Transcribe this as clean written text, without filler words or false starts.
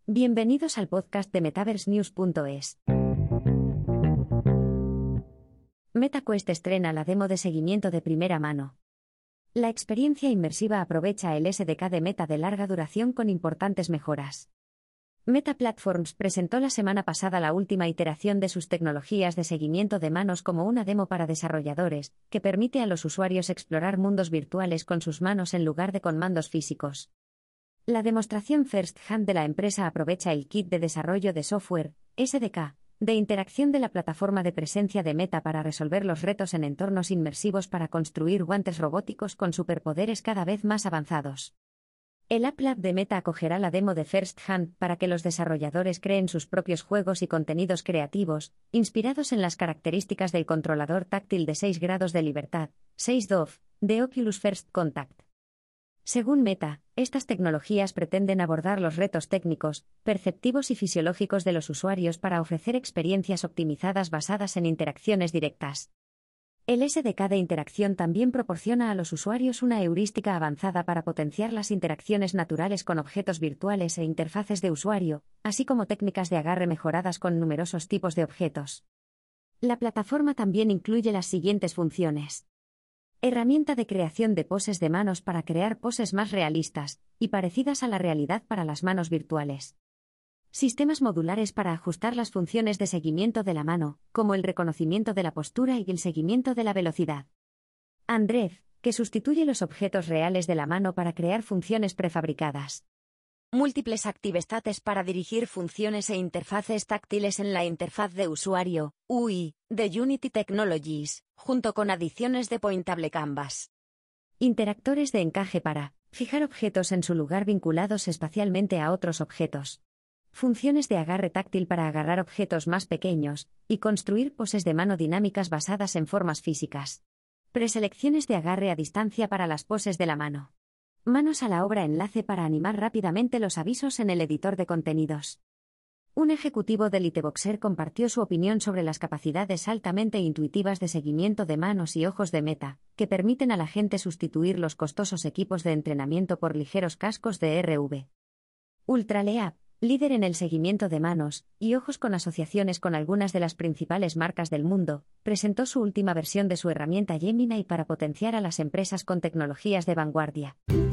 Bienvenidos al podcast de MetaverseNews.es. MetaQuest estrena la demo de seguimiento de primera mano. La experiencia inmersiva aprovecha el SDK de Meta de larga duración con importantes mejoras. Meta Platforms presentó la semana pasada la última iteración de sus tecnologías de seguimiento de manos como una demo para desarrolladores, que permite a los usuarios explorar mundos virtuales con sus manos en lugar de con mandos físicos. La demostración First Hand de la empresa aprovecha el kit de desarrollo de software, SDK, de interacción de la plataforma de presencia de Meta para resolver los retos en entornos inmersivos para construir guantes robóticos con superpoderes cada vez más avanzados. El App Lab de Meta acogerá la demo de First Hand para que los desarrolladores creen sus propios juegos y contenidos creativos, inspirados en las características del controlador táctil de 6 grados de libertad, 6 DoF, de Oculus First Contact. Según Meta, estas tecnologías pretenden abordar los retos técnicos, perceptivos y fisiológicos de los usuarios para ofrecer experiencias optimizadas basadas en interacciones directas. El SDK de interacción también proporciona a los usuarios una heurística avanzada para potenciar las interacciones naturales con objetos virtuales e interfaces de usuario, así como técnicas de agarre mejoradas con numerosos tipos de objetos. La plataforma también incluye las siguientes funciones. Herramienta de creación de poses de manos para crear poses más realistas y parecidas a la realidad para las manos virtuales. Sistemas modulares para ajustar las funciones de seguimiento de la mano, como el reconocimiento de la postura y el seguimiento de la velocidad. Andrev, que sustituye los objetos reales de la mano para crear funciones prefabricadas. Múltiples ActiveStates para dirigir funciones e interfaces táctiles en la interfaz de usuario, UI, de Unity Technologies, junto con adiciones de Pointable Canvas. Interactores de encaje para fijar objetos en su lugar vinculados espacialmente a otros objetos. Funciones de agarre táctil para agarrar objetos más pequeños y construir poses de mano dinámicas basadas en formas físicas. Preselecciones de agarre a distancia para las poses de la mano. Manos a la obra enlace para animar rápidamente los avisos en el editor de contenidos. Un ejecutivo de Liteboxer compartió su opinión sobre las capacidades altamente intuitivas de seguimiento de manos y ojos de Meta, que permiten a la gente sustituir los costosos equipos de entrenamiento por ligeros cascos de RV. Ultraleap, líder en el seguimiento de manos y ojos con asociaciones con algunas de las principales marcas del mundo, presentó su última versión de su herramienta Gemini para potenciar a las empresas con tecnologías de vanguardia.